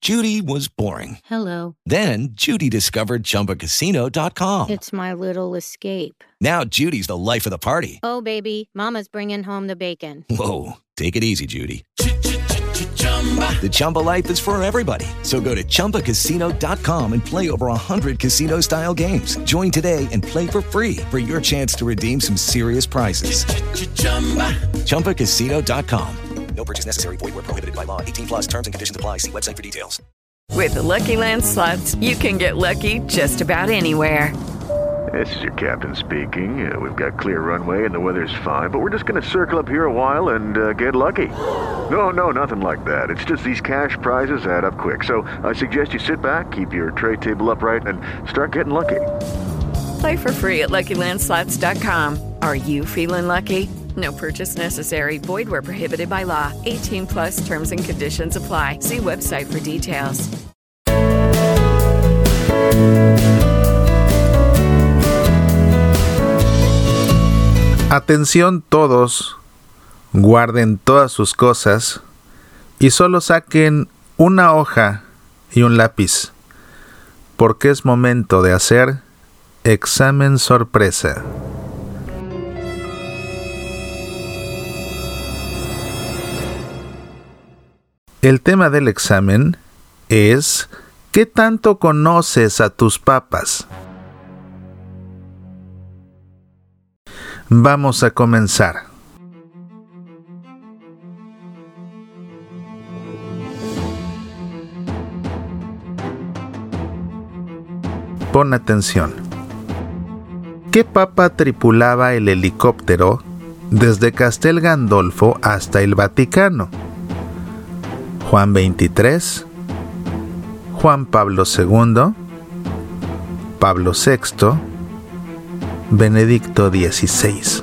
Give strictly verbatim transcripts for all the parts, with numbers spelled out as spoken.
Judy was boring. Hello. Then Judy discovered Chumba Casino dot com. It's my little escape. Now Judy's the life of the party. Oh, baby, mama's bringing home the bacon. Whoa, take it easy, Judy. The Chumba life is for everybody. So go to Chumba Casino dot com and play over one hundred casino-style games. Join today and play for free for your chance to redeem some serious prizes. Chumba Casino dot com. No purchase necessary. Void where prohibited by law. eighteen plus terms and conditions apply. See website for details. With the Lucky Land Slots, you can get lucky just about anywhere. This is your captain speaking. Uh, we've got clear runway and the weather's fine, but we're just going to circle up here a while and uh, get lucky. No, no, nothing like that. It's just these cash prizes add up quick. So I suggest you sit back, keep your tray table upright, and start getting lucky. Play for free at Lucky Land Slots dot com. Are you feeling lucky? No purchase necessary. Void where prohibited by law. eighteen plus terms and conditions apply. See website for details. Atención todos, guarden todas sus cosas y solo saquen una hoja y un lápiz, porque es momento de hacer examen sorpresa. El tema del examen es ¿qué tanto conoces a tus papas? Vamos a comenzar. Pon atención. ¿Qué papa tripulaba el helicóptero desde Castel Gandolfo hasta el Vaticano? ¿Juan veintitrés? ¿Juan Pablo segundo? ¿Pablo sexto? Benedicto dieciséis.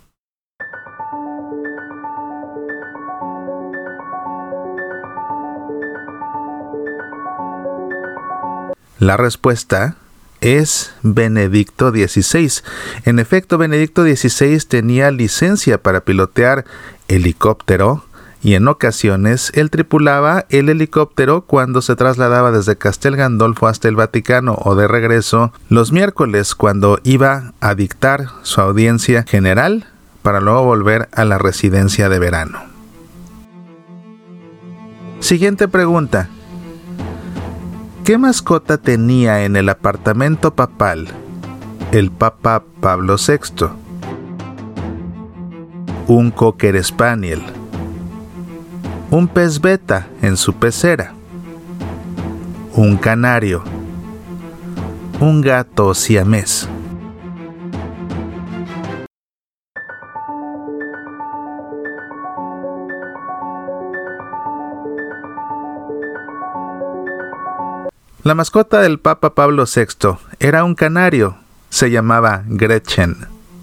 La respuesta es Benedicto dieciséis. En efecto, Benedicto dieciséis tenía licencia para pilotear helicóptero y en ocasiones él tripulaba el helicóptero cuando se trasladaba desde Castel Gandolfo hasta el Vaticano o de regreso los miércoles cuando iba a dictar su audiencia general para luego volver a la residencia de verano. Siguiente pregunta. ¿Qué mascota tenía en el apartamento papal el Papa Pablo sexto? Un Cocker Spaniel. Un pez beta en su pecera, un canario, un gato siamés. La mascota del Papa Pablo sexto era un canario, se llamaba Gretchen.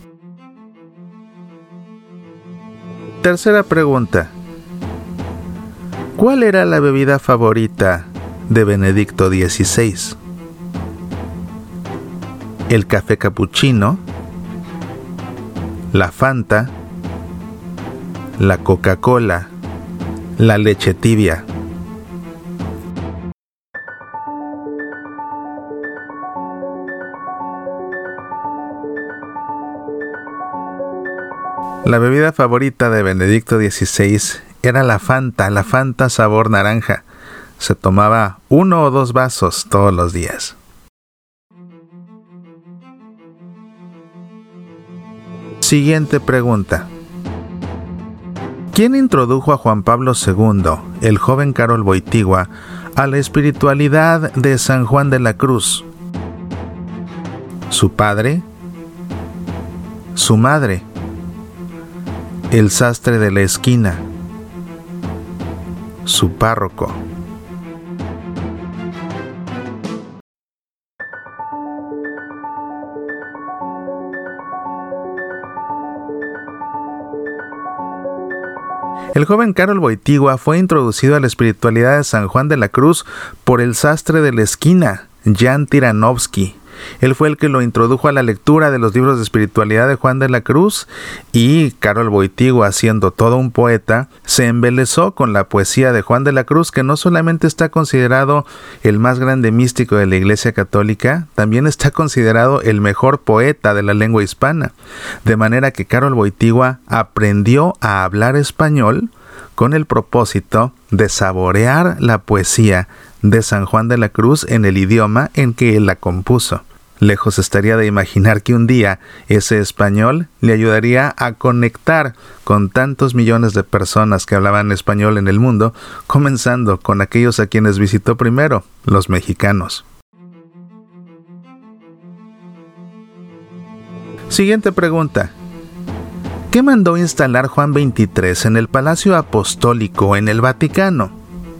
Tercera pregunta. ¿Cuál era la bebida favorita de Benedicto dieciséis? ¿El café capuchino? ¿La Fanta? ¿La Coca-Cola? ¿La leche tibia? La bebida favorita de Benedicto dieciséis era la Fanta, la Fanta sabor naranja. Se tomaba uno o dos vasos todos los días. Siguiente pregunta. ¿Quién introdujo a Juan Pablo segundo, el joven Karol Wojtyła, a la espiritualidad de San Juan de la Cruz? ¿Su padre? ¿Su madre? ¿El sastre de la esquina? ¿Su párroco? El joven Karol Wojtyła fue introducido a la espiritualidad de San Juan de la Cruz por el sastre de la esquina, Jan Tyranowski, Él fue el que lo introdujo a la lectura de los libros de espiritualidad de Juan de la Cruz, y Karol Wojtyła, siendo todo un poeta, se embelesó con la poesía de Juan de la Cruz, que no solamente está considerado el más grande místico de la Iglesia Católica, también está considerado el mejor poeta de la lengua hispana. De manera que Karol Wojtyła aprendió a hablar español con el propósito de saborear la poesía de San Juan de la Cruz en el idioma en que él la compuso. Lejos estaría de imaginar que un día ese español le ayudaría a conectar con tantos millones de personas que hablaban español en el mundo, comenzando con aquellos a quienes visitó primero, los mexicanos. Siguiente pregunta. ¿Qué mandó instalar Juan veintitrés en el Palacio Apostólico en el Vaticano?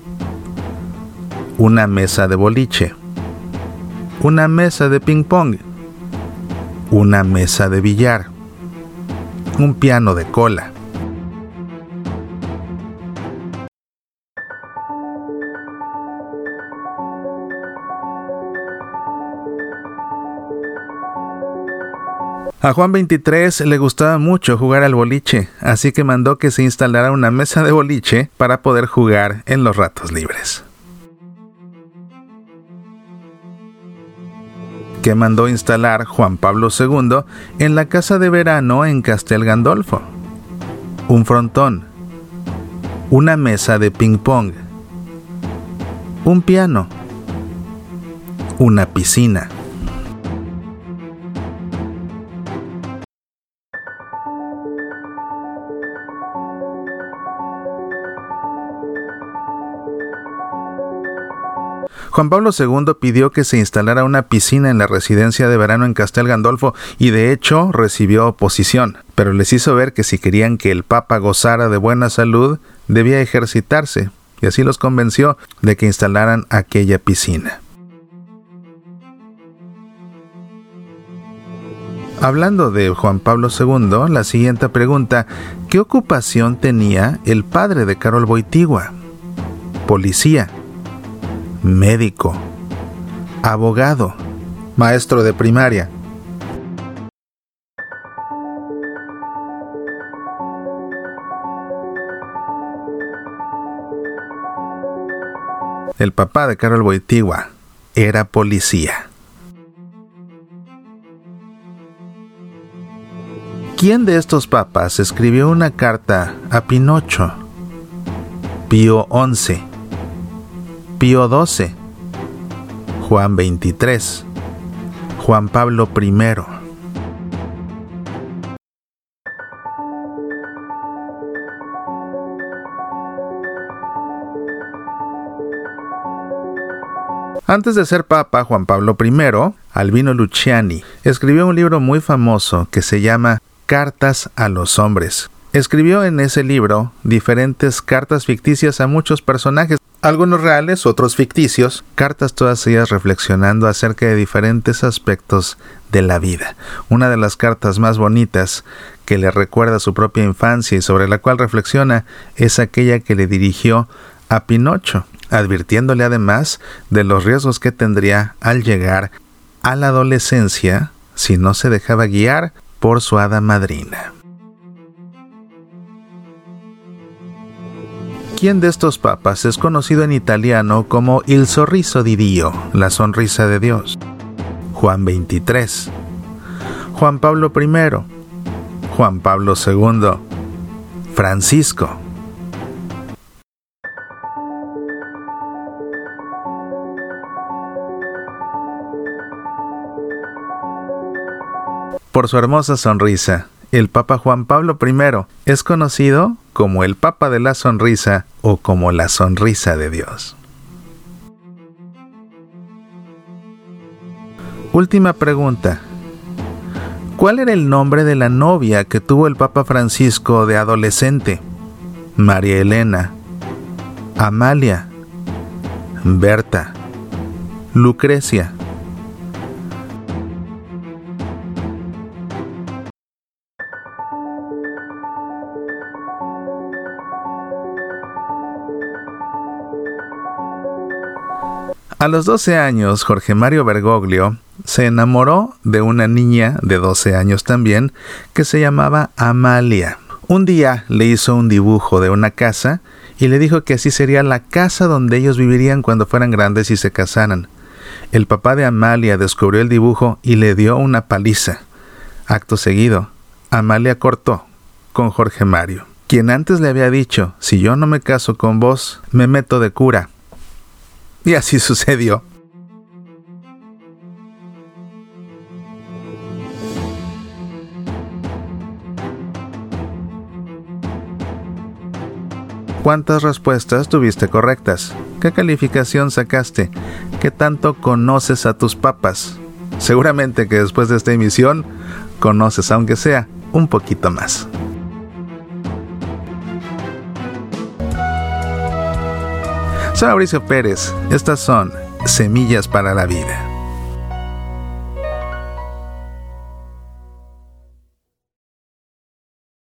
Una mesa de boliche, una mesa de ping-pong, una mesa de billar, un piano de cola. A Juan veintitrés le gustaba mucho jugar al boliche, así que mandó que se instalara una mesa de boliche para poder jugar en los ratos libres. ¿Qué mandó instalar Juan Pablo segundo en la casa de verano en Castel Gandolfo? Un frontón, una mesa de ping-pong, un piano, una piscina. Juan Pablo segundo pidió que se instalara una piscina en la residencia de verano en Castel Gandolfo y de hecho recibió oposición, pero les hizo ver que si querían que el Papa gozara de buena salud, debía ejercitarse, y así los convenció de que instalaran aquella piscina. Hablando de Juan Pablo segundo, la siguiente pregunta: ¿qué ocupación tenía el padre de Karol Wojtyła? Policía, médico, abogado, maestro de primaria. El papá de Karol Wojtyła era policía. ¿Quién de estos papas escribió una carta a Pinocho? Pío once, Pío doce, Juan veintitrés, Juan Pablo primero. Antes de ser papa, Juan Pablo primero, Albino Luciani, escribió un libro muy famoso que se llama Cartas a los hombres. Escribió en ese libro diferentes cartas ficticias a muchos personajes, algunos reales, otros ficticios, cartas todas ellas reflexionando acerca de diferentes aspectos de la vida. Una de las cartas más bonitas que le recuerda su propia infancia y sobre la cual reflexiona es aquella que le dirigió a Pinocho, advirtiéndole además de los riesgos que tendría al llegar a la adolescencia si no se dejaba guiar por su hada madrina. ¿Quién de estos papas es conocido en italiano como il sorriso di Dio, la sonrisa de Dios? Juan veintitrés, Juan Pablo primero, Juan Pablo segundo, Francisco. Por su hermosa sonrisa, el Papa Juan Pablo primero es conocido como el Papa de la Sonrisa o como la Sonrisa de Dios. Última pregunta. ¿Cuál era el nombre de la novia que tuvo el Papa Francisco de adolescente? María Elena, Amalia, Berta, Lucrecia. A los doce años, Jorge Mario Bergoglio se enamoró de una niña de doce años también, que se llamaba Amalia. Un día le hizo un dibujo de una casa y le dijo que así sería la casa donde ellos vivirían cuando fueran grandes y se casaran. El papá de Amalia descubrió el dibujo y le dio una paliza. Acto seguido, Amalia cortó con Jorge Mario, quien antes le había dicho: si yo no me caso con vos, me meto de cura. Y así sucedió. ¿Cuántas respuestas tuviste correctas? ¿Qué calificación sacaste? ¿Qué tanto conoces a tus papas? Seguramente que después de esta emisión conoces, aunque sea, un poquito más. Soy Mauricio Pérez. Estas son Semillas para la Vida.